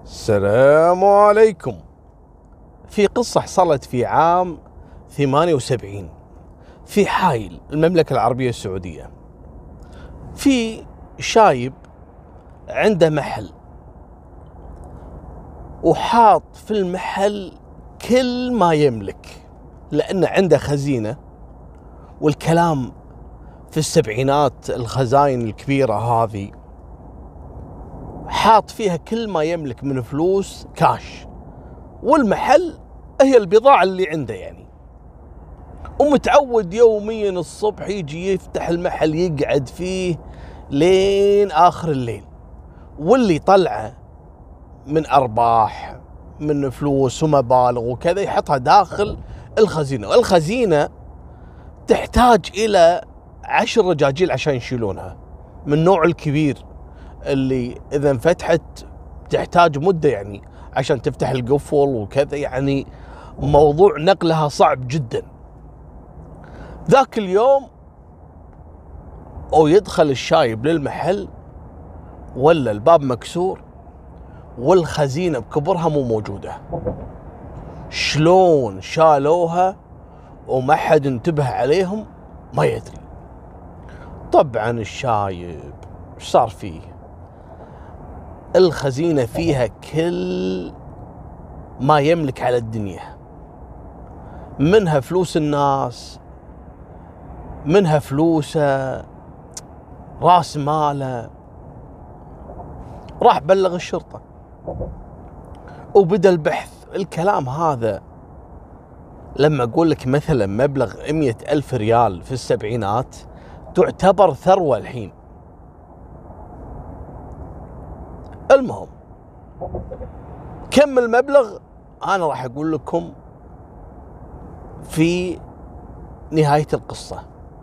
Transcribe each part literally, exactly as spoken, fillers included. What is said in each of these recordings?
السلام عليكم. في قصة حصلت في عام ثمانية وسبعين في حائل المملكة العربية السعودية. في شايب عنده محل وحاط في المحل كل ما يملك، لأنه عنده خزينة. والكلام في السبعينات، الخزائن الكبيرة هذه حاط فيها كل ما يملك من فلوس كاش، والمحل هي البضاعة اللي عنده يعني. ومتعود يوميا الصبح يجي يفتح المحل يقعد فيه لين آخر الليل، واللي طلعه من أرباح من فلوس ومبالغ وكذا يحطها داخل الخزينة. والخزينة تحتاج إلى عشر رجاجيل عشان يشيلونها، من النوع الكبير اللي إذا انفتحت تحتاج مدة يعني عشان تفتح القفل وكذا، يعني موضوع نقلها صعب جدا. ذاك اليوم أو يدخل الشايب للمحل ولا الباب مكسور والخزينة بكبرها مو موجودة. شلون شالوها وما حد انتبه عليهم ما يدري. طبعا الشايب ايش صار فيه؟ الخزينة فيها كل ما يملك على الدنيا، منها فلوس الناس، منها فلوسه، راس ماله. راح بلغ الشرطة وبدأ البحث. الكلام هذا لما أقول لك مثلا مبلغ مئة ألف ريال في السبعينات تعتبر ثروة الحين. المهم كم المبلغ أنا راح أقول لكم في نهاية القصة.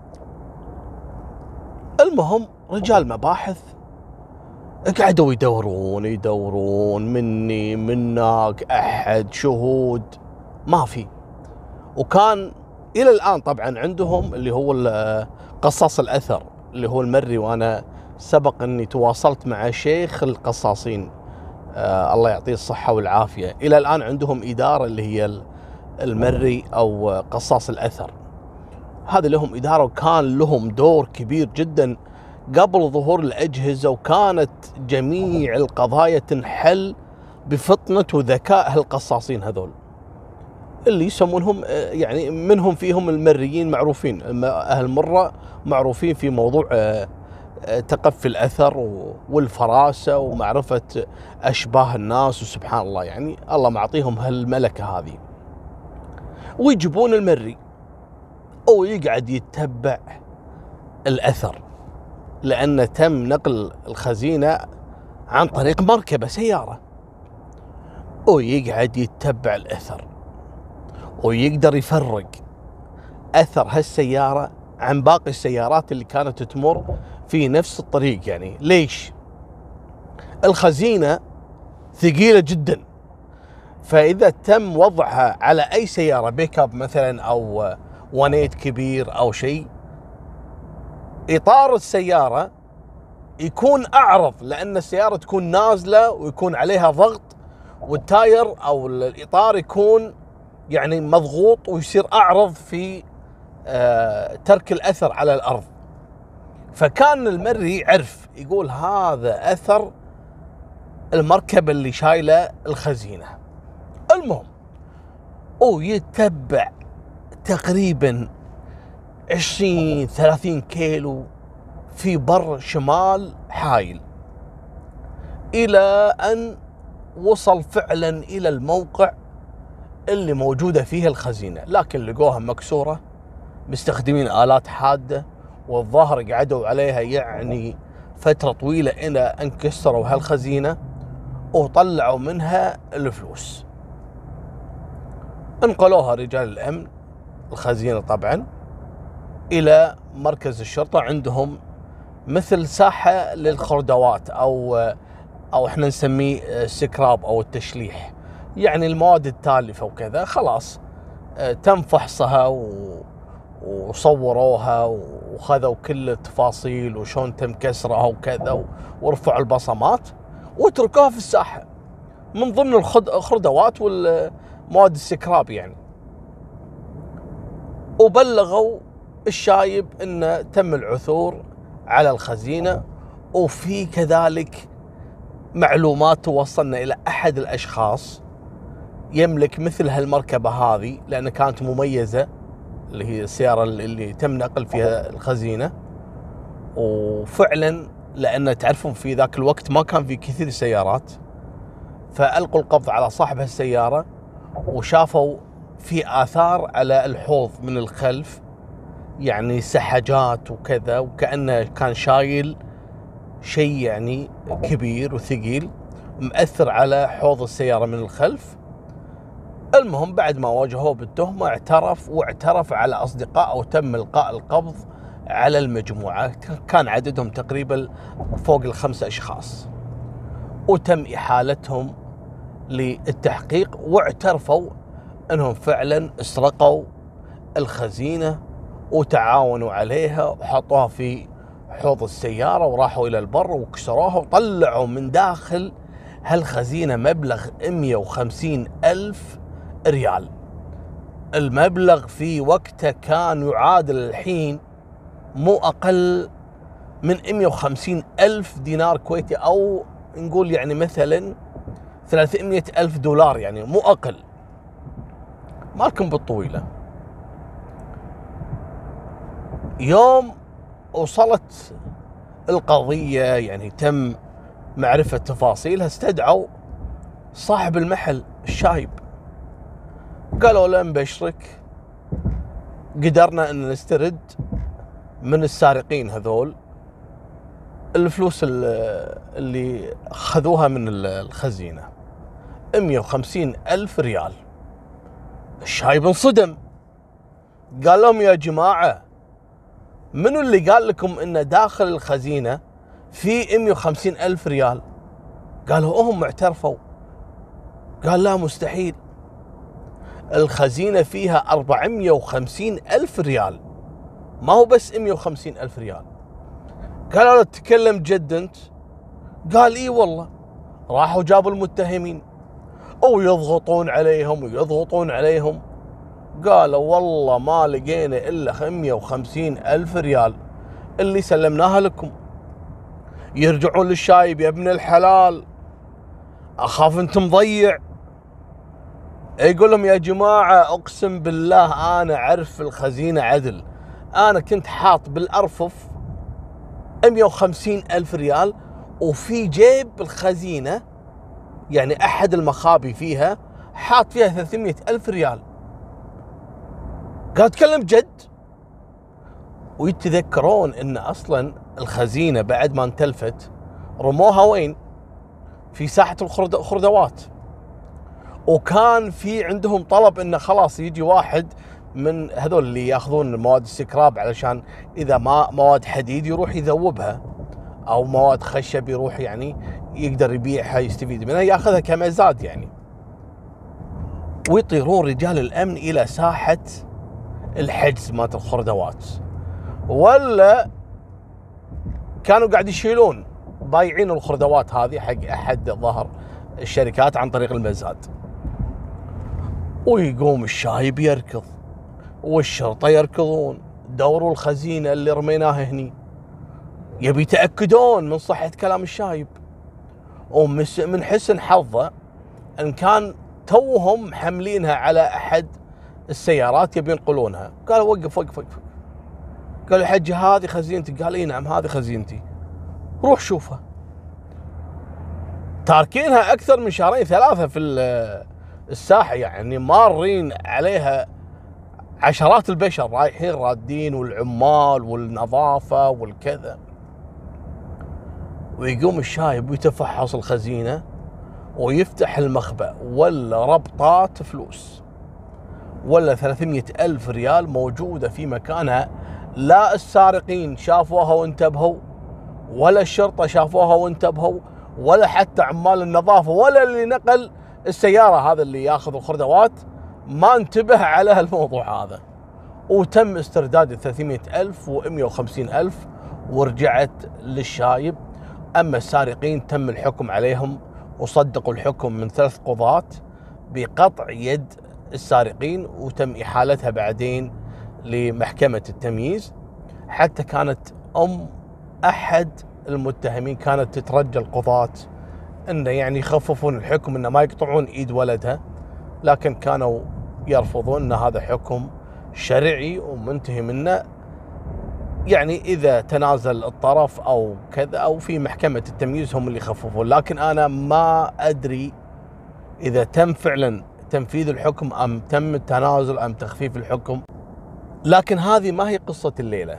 المهم رجال مباحث قعدوا يدورون يدورون مني منك أحد شهود ما في. وكان إلى الآن طبعا عندهم اللي هو قصاص الأثر اللي هو المري، وأنا سبق أني تواصلت مع شيخ القصاصين آه الله يعطيه الصحة والعافية. إلى الآن عندهم إدارة اللي هي المري أو قصاص الأثر، هذا لهم إدارة وكان لهم دور كبير جدا قبل ظهور الأجهزة، وكانت جميع القضايا تنحل بفطنة وذكاء هالقصاصين هذول اللي يسمونهم يعني منهم فيهم المريين معروفين، أهل مرة معروفين في موضوع تقفي الأثر والفراسة ومعرفة أشباه الناس. وسبحان الله يعني الله معطيهم هالملكة هذه. ويجيبون المري ويقعد يتبع الأثر، لأن تم نقل الخزينة عن طريق مركبة سيارة، ويقعد يتبع الأثر ويقدر يفرق أثر هالسيارة عن باقي السيارات اللي كانت تمر في نفس الطريق. يعني ليش؟ الخزينة ثقيلة جدا، فإذا تم وضعها على أي سيارة بيك اب مثلا أو ونيت كبير أو شيء، إطار السيارة يكون أعرض، لأن السيارة تكون نازلة ويكون عليها ضغط، والتاير أو الإطار يكون يعني مضغوط ويصير أعرض في آه ترك الأثر على الأرض. فكان المري عرف يقول هذا أثر المركبة اللي شايلة الخزينة. المهم ويتبع تقريبا عشرين ثلاثين كيلو في بر شمال حائل، إلى أن وصل فعلا إلى الموقع اللي موجودة فيه الخزينة، لكن لقوها مكسورة مستخدمين آلات حادة، والظاهر قعدوا عليها يعني فترة طويلة إلى أن كسروا هالخزينة وطلعوا منها الفلوس. انقلوها رجال الأمن الخزينة طبعا إلى مركز الشرطة. عندهم مثل ساحة للخردوات أو أو إحنا نسميه سكراب أو التشليح، يعني المواد التالفة وكذا. خلاص تم فحصها وصوروها وخذوا كل التفاصيل وشون تم كسرها وكذا، ورفعوا البصمات وتركوها في الساحة. من ضمن الخردوات والمواد السكراب يعني. وبلغوا الشايب انه تم العثور على الخزينة، وفي كذلك معلومات توصلنا الى احد الاشخاص يملك مثل هالمركبة هذه، لأنها كانت مميزة، اللي هي السيارة اللي تم نقل فيها الخزينة. وفعلا لأن تعرفون في ذاك الوقت ما كان في كثير سيارات، فألقوا القبض على صاحب هالسيارة، وشافوا في آثار على الحوض من الخلف، يعني سحجات وكذا، وكأنه كان شايل شيء يعني كبير وثقيل مؤثر على حوض السيارة من الخلف. المهم بعد ما واجهوه بالتهمة اعترف، واعترف على أصدقائه، وتم إلقاء القبض على المجموعة. كان عددهم تقريبا فوق الخمسة أشخاص، وتم إحالتهم للتحقيق، واعترفوا أنهم فعلا اسرقوا الخزينة وتعاونوا عليها، وحطوها في حوض السيارة، وراحوا إلى البر وكسروها، وطلعوا من داخل هالخزينة مبلغ مئة وخمسين ألف ريال. المبلغ في وقته كان يعادل الحين مو أقل من مئة وخمسين ألف دينار كويتي، أو نقول يعني مثلا ثلاثمئة ألف دولار، يعني مو أقل. مالكم بالطويلة. يوم وصلت القضية يعني تم معرفة تفاصيلها، استدعوا صاحب المحل الشايب، قالوا له نبشرك قدرنا ان نسترد من السارقين هذول الفلوس اللي خذوها من الخزينة، مئة وخمسين ألف ريال. الشايب انصدم، قال لهم يا جماعة منو اللي قال لكم ان داخل الخزينة في مئة وخمسين ألف ريال؟ قالوا هم اعترفوا. قال لا مستحيل، الخزينة فيها أربعمئة وخمسين ألف ريال، ما هو بس مئة وخمسين ألف ريال. قالوا له تتكلم جد انت؟ قال اي والله. راحوا جابوا المتهمين ويضغطون عليهم ويضغطون عليهم، قالوا والله ما لقينا الا مئة وخمسين ألف ريال اللي سلمناها لكم. يرجعون للشايب، يا ابن الحلال اخاف انت مضيع. يقول لهم يا جماعة اقسم بالله انا اعرف الخزينة عدل، انا كنت حاط بالارفف مئة وخمسين ألف ريال، وفي جيب الخزينة يعني احد المخابي فيها حاط فيها ثلاثمئة ألف ريال. قال تكلم جد. ويتذكرون ان اصلا الخزينة بعد ما انتلفت رموها وين؟ في ساحة الخردوات. وكان في عندهم طلب انه خلاص يجي واحد من هذول اللي ياخذون مواد السكراب، علشان اذا ما مواد حديد يروح يذوبها، او مواد خشب يروح يعني يقدر يبيعها يستفيد منها، ياخذها كمزاد يعني. ويطيرون رجال الامن الى ساحة الحجز مالت الخردوات، ولا كانوا قاعد يشيلون بايعين الخردوات هذه حق احد ظهر الشركات عن طريق المزاد. ويقوم الشايب يركض والشرطة يركضون، دوروا الخزينة اللي رميناها هني، يبي يتأكدون من صحة كلام الشايب. ومن حسن حظه ان كان توهم محملينها على احد السيارات يبي ينقلونها. قالوا وقف وقف وقف. قالوا حجي هذه خزينتي؟ قال اي نعم هذه خزينتي. روح شوفها. تاركينها اكثر من شهرين ثلاثة في الساحة، يعني مارين عليها عشرات البشر رايحين رادين، والعمال والنظافة والكذا. ويقوم الشايب ويتفحص الخزينة ويفتح المخبأ، ولا ربطات فلوس، ولا ثلاثمئة ألف ريال موجودة في مكانها. لا السارقين شافوها وانتبهوا، ولا الشرطة شافوها وانتبهوا، ولا حتى عمال النظافة، ولا اللي نقل السيارة هذا اللي ياخذ الخردوات ما انتبه على الموضوع هذا. وتم استرداد ثلاثمئة ألف ومئة وخمسين ألف ورجعت للشايب. أما السارقين تم الحكم عليهم وصدقوا الحكم من ثلاث قضاة بقطع يد السارقين، وتم إحالتها بعدين لمحكمة التمييز. حتى كانت أم أحد المتهمين كانت تترجى القضاة أنه يعني يخففون الحكم، أنه ما يقطعون إيد ولدها، لكن كانوا يرفضون أن هذا حكم شرعي ومنتهي منه. يعني إذا تنازل الطرف أو كذا أو في محكمة التمييز هم اللي يخففون، لكن أنا ما أدري إذا تم فعلا تنفيذ الحكم أم تم التنازل أم تخفيف الحكم. لكن هذه ما هي قصة الليلة،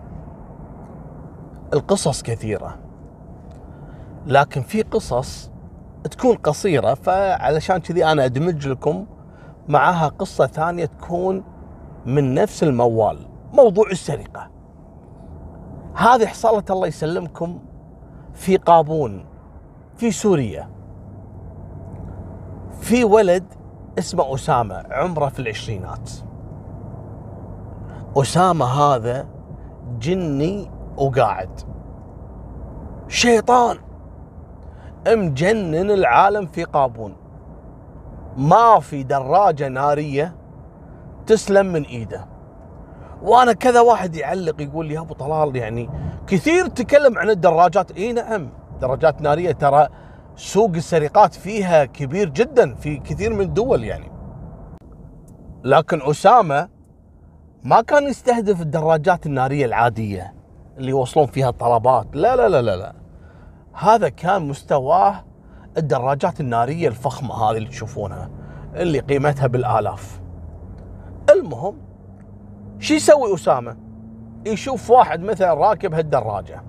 القصص كثيرة، لكن في قصص تكون قصيرة، فعلشان كذي أنا أدمج لكم معها قصة ثانية تكون من نفس الموال. موضوع السرقة هذه حصلت الله يسلمكم في قابون في سوريا. في ولد اسمه أسامة عمره في العشرينات. أسامة هذا جني وقاعد شيطان مجنن العالم في قابون. ما في دراجة نارية تسلم من ايده. وانا كذا واحد يعلق يقول لي يا ابو طلال يعني كثير تكلم عن الدراجات. اي نعم، دراجات نارية ترى سوق السرقات فيها كبير جدا في كثير من الدول يعني. لكن أسامة ما كان يستهدف الدراجات النارية العادية اللي يوصلون فيها الطلبات، لا لا لا لا لا، هذا كان مستواه الدراجات النارية الفخمة هذه اللي تشوفونها اللي قيمتها بالآلاف. المهم شو يسوي أسامة؟ يشوف واحد مثلا راكب هالدراجة،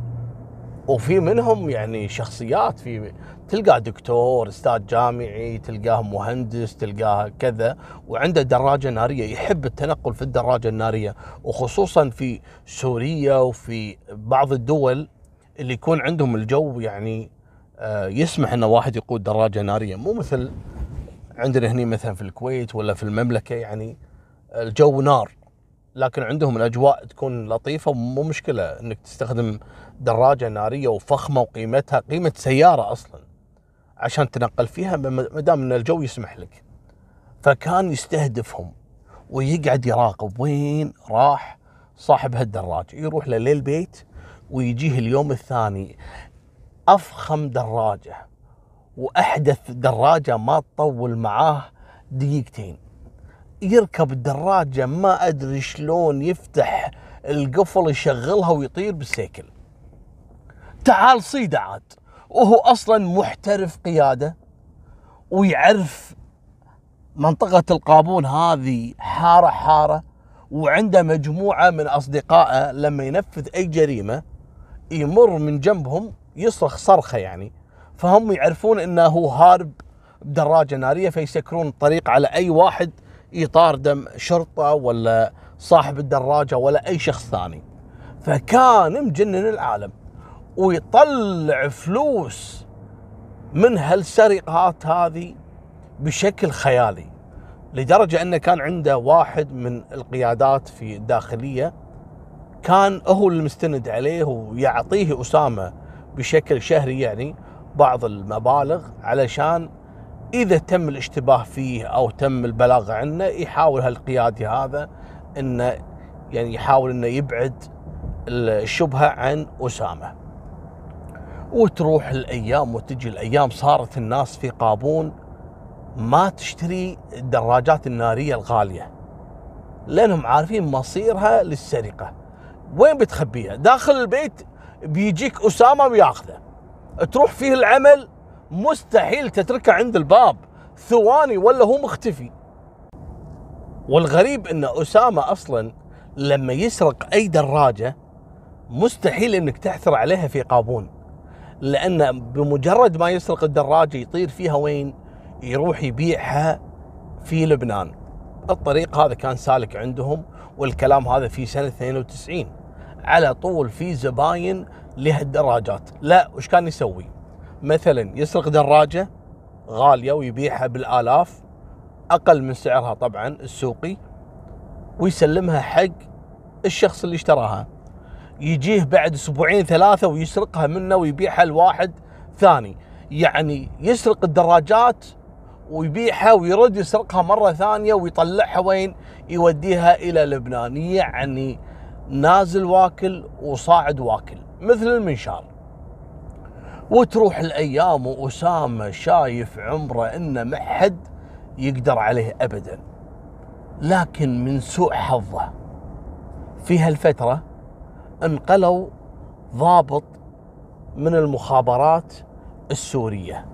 وفي منهم يعني شخصيات، في تلقاه دكتور استاذ جامعي، تلقاه مهندس، تلقاه كذا، وعنده دراجة نارية، يحب التنقل في الدراجة النارية، وخصوصا في سوريا وفي بعض الدول اللي يكون عندهم الجو يعني يسمح ان واحد يقود دراجة نارية، مو مثل عندنا هنا مثلا في الكويت ولا في المملكة يعني الجو نار، لكن عندهم الأجواء تكون لطيفة ومو مشكلة أنك تستخدم دراجة نارية وفخمة وقيمتها قيمة سيارة أصلا عشان تنقل فيها مدام أن الجو يسمح لك. فكان يستهدفهم ويقعد يراقب وين راح صاحب هالدراجة، يروح له للبيت ويجيه اليوم الثاني أفخم دراجة وأحدث دراجة ما تطول معاه دقيقتين، يركب الدراجة ما أدري شلون يفتح القفل يشغلها ويطير بالسيكل. تعال صيدة عاد، وهو أصلا محترف قيادة ويعرف منطقة القابون هذه حارة حارة، وعنده مجموعة من أصدقائه لما ينفذ أي جريمة يمر من جنبهم يصرخ صرخة يعني، فهم يعرفون أنه هو هارب بدراجة نارية، فيسكرون الطريق على أي واحد يطاردم شرطة ولا صاحب الدراجة ولا أي شخص ثاني. فكان مجنن العالم ويطلع فلوس من هالسرقات هذه بشكل خيالي، لدرجة أنه كان عنده واحد من القيادات في الداخلية كان هو المستند عليه ويعطيه أسامة بشكل شهري يعني بعض المبالغ، علشان إذا تم الاشتباه فيه أو تم البلاغ عنه يحاول هالقيادي هذا إنه يعني يحاول إنه يبعد الشبهة عن أسامة. وتروح الأيام وتجي الأيام، صارت الناس في قابون ما تشتري الدراجات النارية الغالية لأنهم عارفين مصيرها للسرقة. وين بتخبيها؟ داخل البيت بيجيك أسامة وياخذه، تروح فيه العمل مستحيل تتركه عند الباب ثواني ولا هو مختفي. والغريب ان أسامة اصلا لما يسرق اي دراجة مستحيل انك تعثر عليها في قابون، لان بمجرد ما يسرق الدراجة يطير فيها وين؟ يروح يبيعها في لبنان. الطريق هذا كان سالك عندهم، والكلام هذا في سنة اثنين وتسعين. على طول في زباين لهالدراجات. لا، وش كان يسوي؟ مثلا يسرق دراجة غالية ويبيعها بالآلاف أقل من سعرها طبعا السوقي، ويسلمها حق الشخص اللي اشتراها، يجيه بعد أسبوعين ثلاثة ويسرقها منه ويبيعها لواحد ثاني، يعني يسرق الدراجات ويبيعها ويرد يسرقها مرة ثانية ويطلعها وين؟ يوديها إلى لبنان. يعني نازل واكل وصاعد واكل مثل المنشار. وتروح الأيام وأسامة شايف عمره إنه ما حد يقدر عليه أبدا. لكن من سوء حظه في هالفترة انقلوا ضابط من المخابرات السورية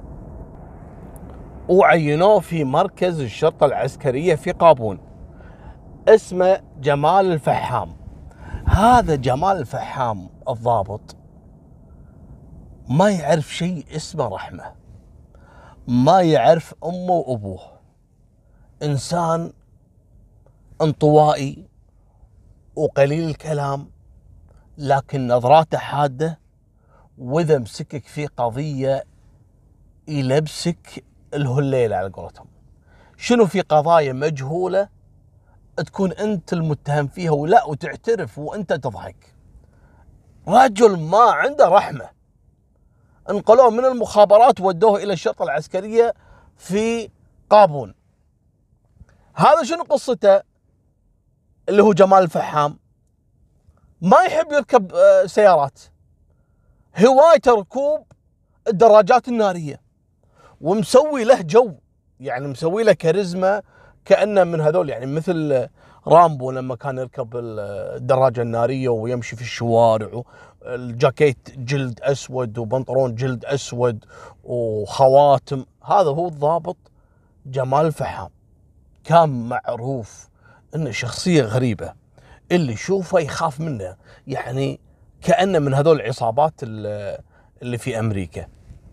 وعينوه في مركز الشرطة العسكرية في قابون، اسمه جمال الفحام. هذا جمال الفحام الضابط ما يعرف شيء اسمه رحمة، ما يعرف أمه وأبوه، إنسان انطوائي وقليل الكلام، لكن نظراته حادة، وإذا مسكك في قضية يلبسك الهليلة على قولتهم. شنو في قضايا مجهولة تكون أنت المتهم فيها ولا وتعترف وأنت تضحك. رجل ما عنده رحمة. انقلوه من المخابرات ودوه إلى الشرطة العسكرية في قابون. هذا شنو قصته؟ اللي هو جمال الفحام ما يحب يركب سيارات، هوايته ركوب الدراجات النارية، ومسوي له جو، يعني مسوي له كاريزما كأنه من هذول، يعني مثل رامبو لما كان يركب الدراجة النارية ويمشي في الشوارع، الجاكيت جلد أسود وبنطلون جلد أسود وخواتم. هذا هو الضابط جمال الفحام. كان معروف إنه شخصية غريبة، اللي يشوفه يخاف منه، يعني كأنه من هذول العصابات اللي في أمريكا.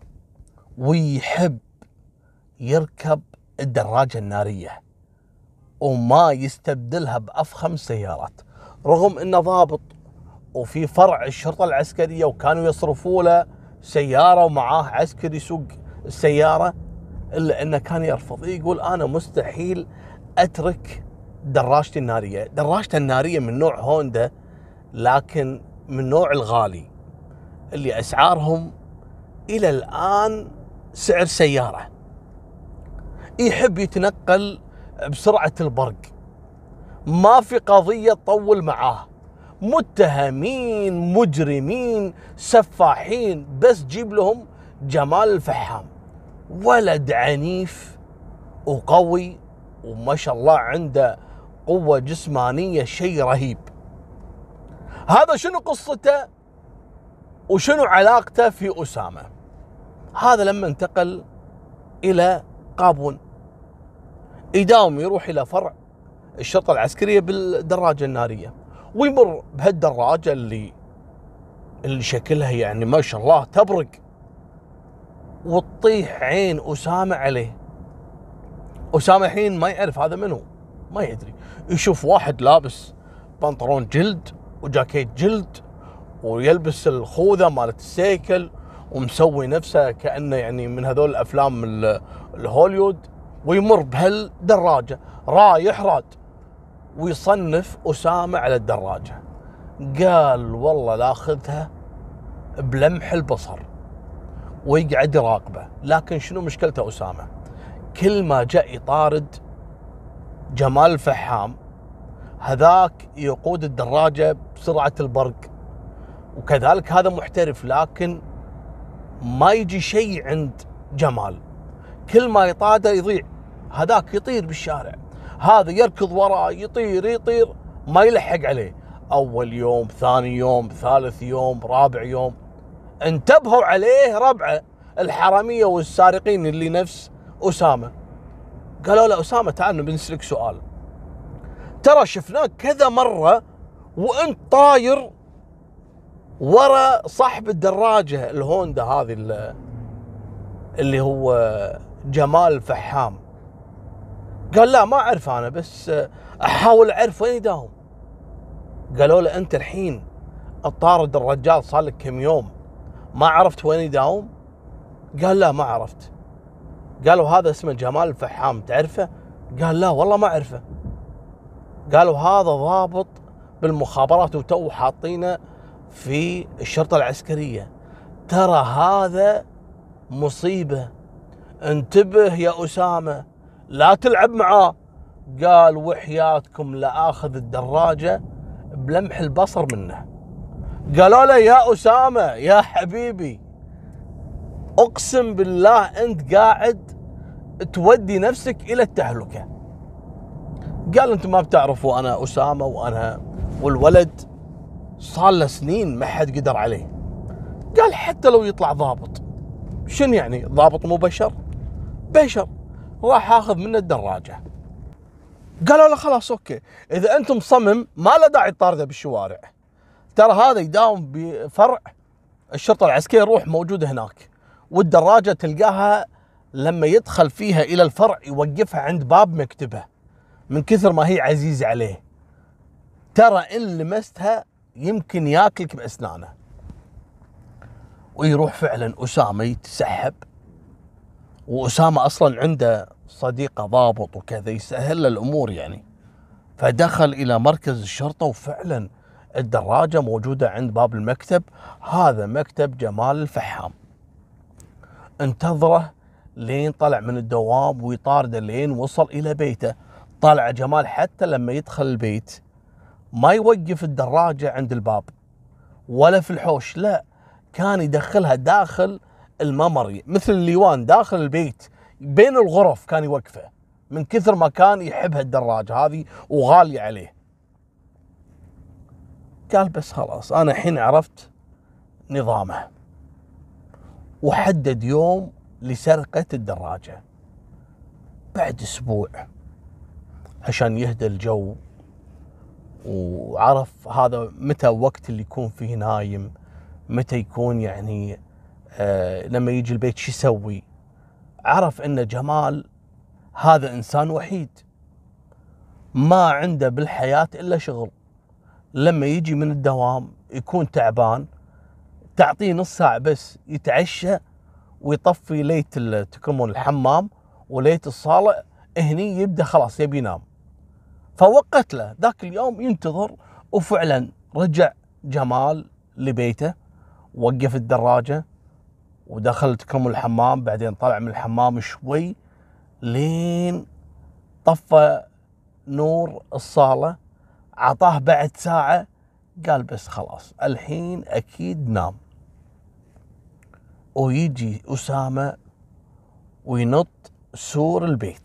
ويحب يركب الدراجة النارية وما يستبدلها بأفخم سيارات، رغم إنه ضابط وفي فرع الشرطة العسكرية وكانوا يصرفوا له سيارة ومعاه عسكري يسوق السيارة، إلا إنه كان يرفض. يقول أنا مستحيل أترك دراجتي النارية. دراجته النارية من نوع هوندا، لكن من نوع الغالي اللي أسعارهم إلى الآن سعر سيارة. يحب يتنقل بسرعة البرق، ما في قضية تطول معاه، متهمين مجرمين سفاحين بس جيب لهم جمال الفحام. ولد عنيف وقوي وما شاء الله عنده قوة جسمانية شيء رهيب. هذا شنو قصته وشنو علاقته في أسامة؟ هذا لما انتقل إلى قابون يداوم يروح إلى فرع الشرطة العسكرية بالدراجة النارية، ويمر بهالدراجة اللي اللي شكلها يعني ما شاء الله تبرق، وتطيح عين أسامة عليه. أسامة الحين ما يعرف هذا منه، ما يدري. يشوف واحد لابس بنطلون جلد وجاكيت جلد ويلبس الخوذة مالت السيكل ومسوي نفسه كأنه يعني من هذول الأفلام الهوليود، ويمر بهالدراجة رايح راد، ويصنف أسامة على الدراجة. قال والله لاخذها بلمح البصر، ويقعد يراقبه. لكن شنو مشكلته أسامة؟ كل ما جاء يطارد جمال الفحام هذاك يقود الدراجة بسرعة البرق، وكذلك هذا محترف، لكن ما يجي شيء عند جمال. كل ما يطاده يضيع، هذاك يطير بالشارع، هذا يركض وراه يطير يطير ما يلحق عليه. أول يوم، ثاني يوم، ثالث يوم، رابع يوم، انتبهوا عليه ربعه الحرامية والسارقين اللي نفس أسامة. قالوا له أسامة تعال بنسألك سؤال، ترى شفناك كذا مرة وانت طاير ورا صاحب الدراجة الهوندا هذه اللي هو جمال الفحام. قال لا ما أعرف أنا، بس أحاول أعرف وين يداوم. قالوا له أنت الحين الطارد الرجال صار لك كم يوم ما عرفت وين يداوم؟ قال لا ما عرفت. قالوا هذا اسمه جمال الفحام تعرفه؟ قال لا والله ما أعرفه. قالوا هذا ضابط بالمخابرات وتو حاطينه في الشرطة العسكرية، ترى هذا مصيبة، انتبه يا أسامة لا تلعب معاه. قال وحياتكم لآخذ الدراجة بلمح البصر منه. قالوا له يا أسامة يا حبيبي أقسم بالله أنت قاعد تودي نفسك إلى التهلكة. قال أنتم ما بتعرفوا أنا أسامة، وأنا والولد صار له سنين ما حد قدر عليه. قال حتى لو يطلع ضابط، شنو يعني ضابط مو بشر؟ بشر. راح اخذ منه الدراجة. قالوا له خلاص اوكي، اذا انت مصمم ما له داعي تطارده بالشوارع، ترى هذا يداوم بفرع الشرطة العسكرية، روح موجود هناك، والدراجة تلقاها لما يدخل فيها الى الفرع يوقفها عند باب مكتبه من كثر ما هي عزيزة عليه، ترى ان لمستها يمكن ياكلك باسنانه. ويروح فعلا أسامة يتسحب، وأسامة أصلا عنده صديقة ضابط وكذا يسهل له الأمور يعني. فدخل إلى مركز الشرطة وفعلا الدراجة موجودة عند باب المكتب، هذا مكتب جمال الفحام. انتظره لين طلع من الدوام ويطارده لين وصل إلى بيته. طلع جمال حتى لما يدخل البيت ما يوقف الدراجة عند الباب ولا في الحوش، لا، كان يدخلها داخل الممر مثل الليوان داخل البيت بين الغرف، كان يوقفه من كثر ما كان يحبها الدراجة هذه وغالية عليه. قال بس خلاص أنا الحين عرفت نظامه، وحدد يوم لسرقة الدراجة بعد أسبوع عشان يهدى الجو، وعرف هذا متى وقت اللي يكون فيه نايم، متى يكون يعني آه لما يجي البيت شو يسوي. عرف ان جمال هذا انسان وحيد ما عنده بالحياة الا شغل، لما يجي من الدوام يكون تعبان، تعطيه نص ساعة بس يتعشى ويطفي ليت تكمون الحمام وليت الصالة، هني يبدأ خلاص يبي ينام. فوقت له ذاك اليوم ينتظر، وفعلا رجع جمال لبيته، وقف الدراجة ودخل تكمل الحمام، بعدين طلع من الحمام شوي لين طفى نور الصالة، عطاه بعد ساعة. قال بس خلاص الحين أكيد نام. ويجي أسامة وينط سور البيت،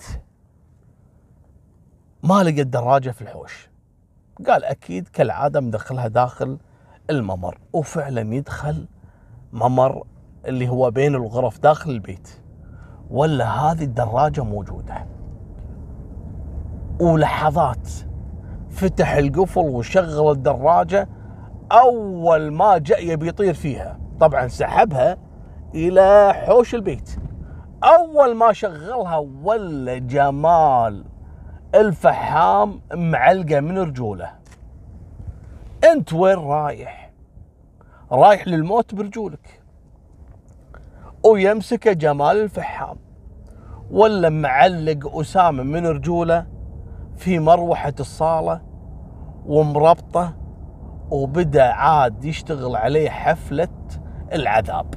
ما لقى الدراجة في الحوش. قال أكيد كالعادة مدخلها داخل الممر، وفعلا يدخل ممر اللي هو بين الغرف داخل البيت، ولا هذه الدراجة موجودة. ولحظات فتح القفل وشغل الدراجة، أول ما جاء يبي يطير فيها طبعا سحبها إلى حوش البيت. أول ما شغلها ولا جمال الفحام معلقة من رجوله. أنت وين رايح؟ رايح للموت برجولك. ويمسك جمال الفحام ولا معلق أسامة من رجوله في مروحة الصالة ومربطه، وبدأ عاد يشتغل عليه حفلة العذاب.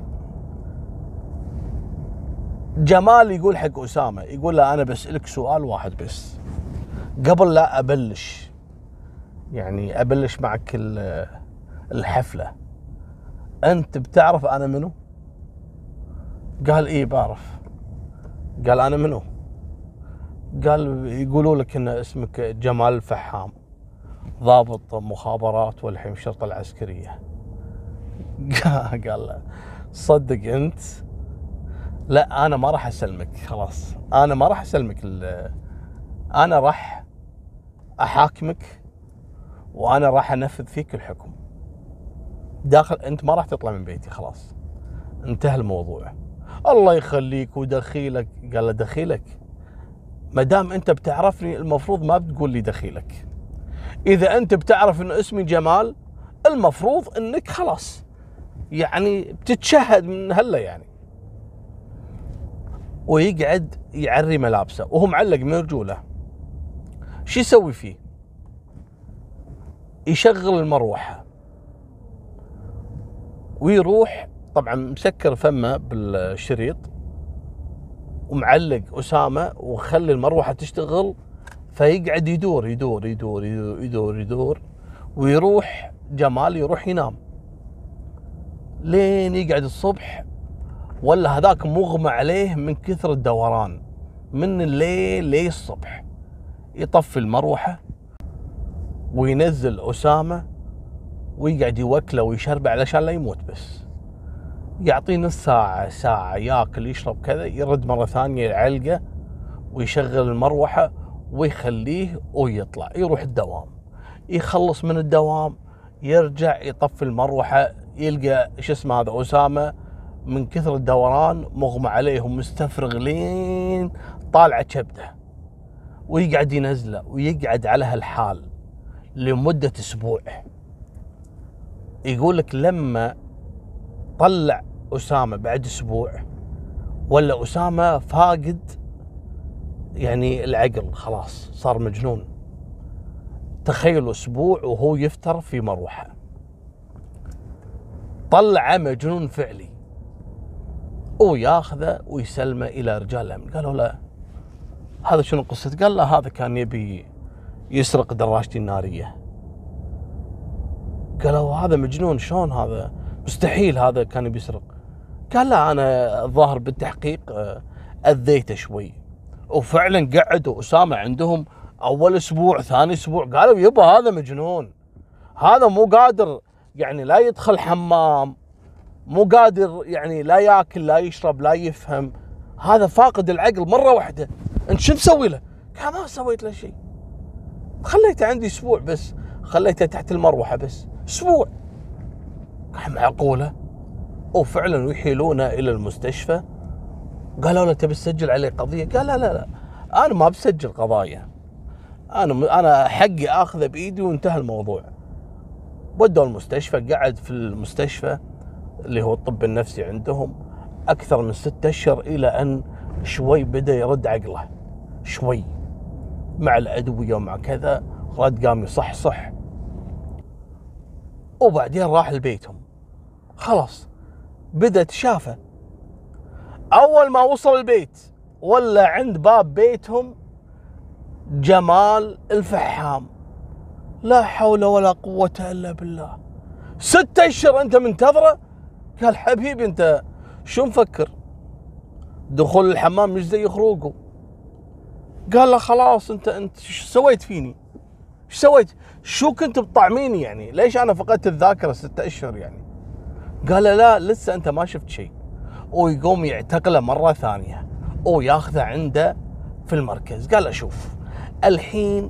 جمال يقول حق أسامة، يقول له أنا بسألك سؤال واحد بس قبل لا أبلش، يعني أبلش معك الحفلة، أنت بتعرف أنا منو؟ قال إيه بعرف. قال أنا منو؟ قال يقولوا لك إن اسمك جمال الفحام، ضابط مخابرات والحين الشرطة العسكرية. قال له صدق أنت؟ لا أنا ما راح أسلمك، خلاص أنا ما راح أسلمك، أنا راح أحاكمك وأنا راح أنفذ فيك الحكم داخل، أنت ما راح تطلع من بيتي، خلاص انتهى الموضوع. الله يخليك ودخيلك. قال له دخيلك؟ ما دام أنت بتعرفني المفروض ما بتقول لي دخيلك. إذا أنت بتعرف إنه اسمي جمال المفروض إنك خلاص يعني بتتشهد من هلا يعني. ويقعد يعري ملابسه وهو معلق من رجوله. شو يسوي فيه؟ يشغل المروحة ويروح، طبعا مسكر فمه بالشريط ومعلق أسامة وخلي المروحة تشتغل، فيقعد يدور يدور يدور يدور يدور, يدور ويروح جمال يروح ينام لين يقعد الصبح، ولا هذاك مغمى عليه من كثر الدوران من الليل لي الصبح. يطفي المروحة وينزل أسامة ويقعد يوكله ويشربه علشان لا يموت، بس يعطيه نص ساعة ساعة ياكل يشرب كذا، يرد مرة ثانية يعلقه ويشغل المروحة ويخليه ويطلع يروح الدوام. يخلص من الدوام يرجع يطفي المروحة، يلقى ايش اسمه هذا أسامة من كثر الدوران مغمى عليه ومستفرغ لين طالعة كبده، ويقعد ينزله ويقعد على هالحال لمدة اسبوع. يقول لك لما طلع أسامة بعد اسبوع ولا أسامة فاقد يعني العقل، خلاص صار مجنون. تخيلوا اسبوع وهو يفتر في مروحة، طلعه مجنون فعلي، وياخذه ويسلمه الى رجال الامن. قالوا له هذا شنو قصته؟ قال له هذا كان يبي يسرق دراجتي الناريه. قالوا هذا مجنون، شلون هذا؟ مستحيل هذا كان يبي يسرق. قال لا انا الظاهر بالتحقيق اذيته شوي. وفعلا قعدوا اسامه عندهم اول اسبوع ثاني اسبوع، قالوا يبا هذا مجنون، هذا مو قادر يعني لا يدخل حمام، مو قادر يعني لا ياكل لا يشرب لا يفهم، هذا فاقد العقل مره واحده. انت شو تسوي له؟ قال ما سويت له شيء، خليته عندي اسبوع بس، خليته تحت المروحه بس اسبوع. قال معقوله؟ وفعلا يحيلونه الى المستشفى. قالوا له تبي تسجل عليه قضيه؟ قال لا لا لا انا ما بسجل قضايا، انا انا حقي اخذه بايدي وانتهى الموضوع. ودوا المستشفى، قعد في المستشفى اللي هو الطب النفسي عندهم اكثر من ستة اشهر، الى ان شوي بدا يرد عقله شوي مع الادويه ومع كذا، رد قام يصحصح، وبعدين راح لبيتهم. خلاص بدا تشافى. اول ما وصل البيت ولا عند باب بيتهم جمال الفحام. لا حول ولا قوة الا بالله، ستة اشهر انت منتظره؟ قال حبيبي انت شو مفكر دخول الحمام مش زي خروجه؟ قال له خلاص انت انت شو سويت فيني؟ شو سويت؟ شو كنت بتطعميني يعني؟ ليش انا فقدت الذاكره ستة اشهر يعني؟ قال له لا لسه انت ما شفت شيء. ويقوم يعتقله مره ثانيه وياخذه عنده في المركز. قال له شوف الحين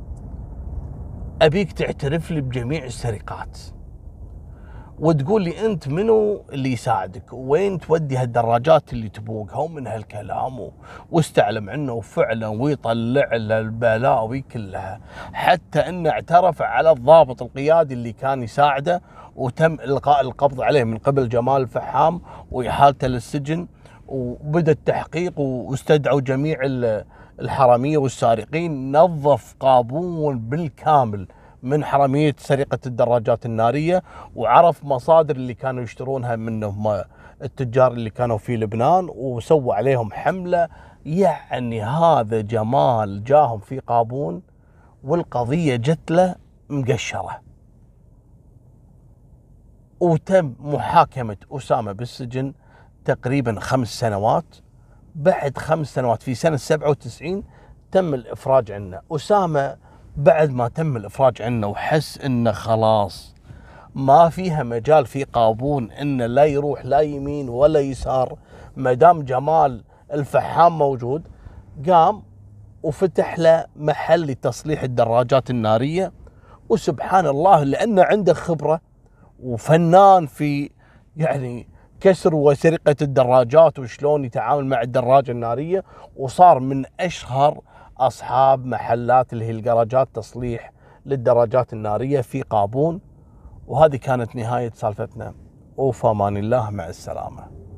ابيك تعترف لي بجميع السرقات وتقول لي انت منو اللي يساعدك وين تودي هالدراجات اللي تبوقها ومن هالكلام، واستعلم عنه وفعلا ويطلع له البلاوي كلها، حتى انه اعترف على الضابط القيادي اللي كان يساعده وتم القاء القبض عليه من قبل جمال الفحام واحالته للسجن. وبدا التحقيق واستدعوا جميع الحراميه والسارقين، نظف قابون بالكامل من حرامية سرقة الدراجات النارية، وعرف مصادر اللي كانوا يشترونها منهم التجار اللي كانوا في لبنان وسووا عليهم حملة. يعني هذا جمال جاهم في قابون والقضية جت له مقشرة، وتم محاكمة أسامة بالسجن تقريبا خمس سنوات. بعد خمس سنوات في سنة سبعة وتسعين تم الإفراج عنه. أسامة بعد ما تم الإفراج عنه وحس إنه خلاص ما فيها مجال في قابون إنه لا يروح لا يمين ولا يسار ما دام جمال الفحام موجود، قام وفتح له محل لتصليح الدراجات النارية. وسبحان الله لأنه عنده خبرة وفنان في يعني كسر وسرقة الدراجات وشلون يتعامل مع الدراجة النارية، وصار من أشهر أصحاب محلات اللي هي الجراجات تصليح للدراجات النارية في قابون. وهذه كانت نهاية سالفتنا، وفي أمان الله، مع السلامة.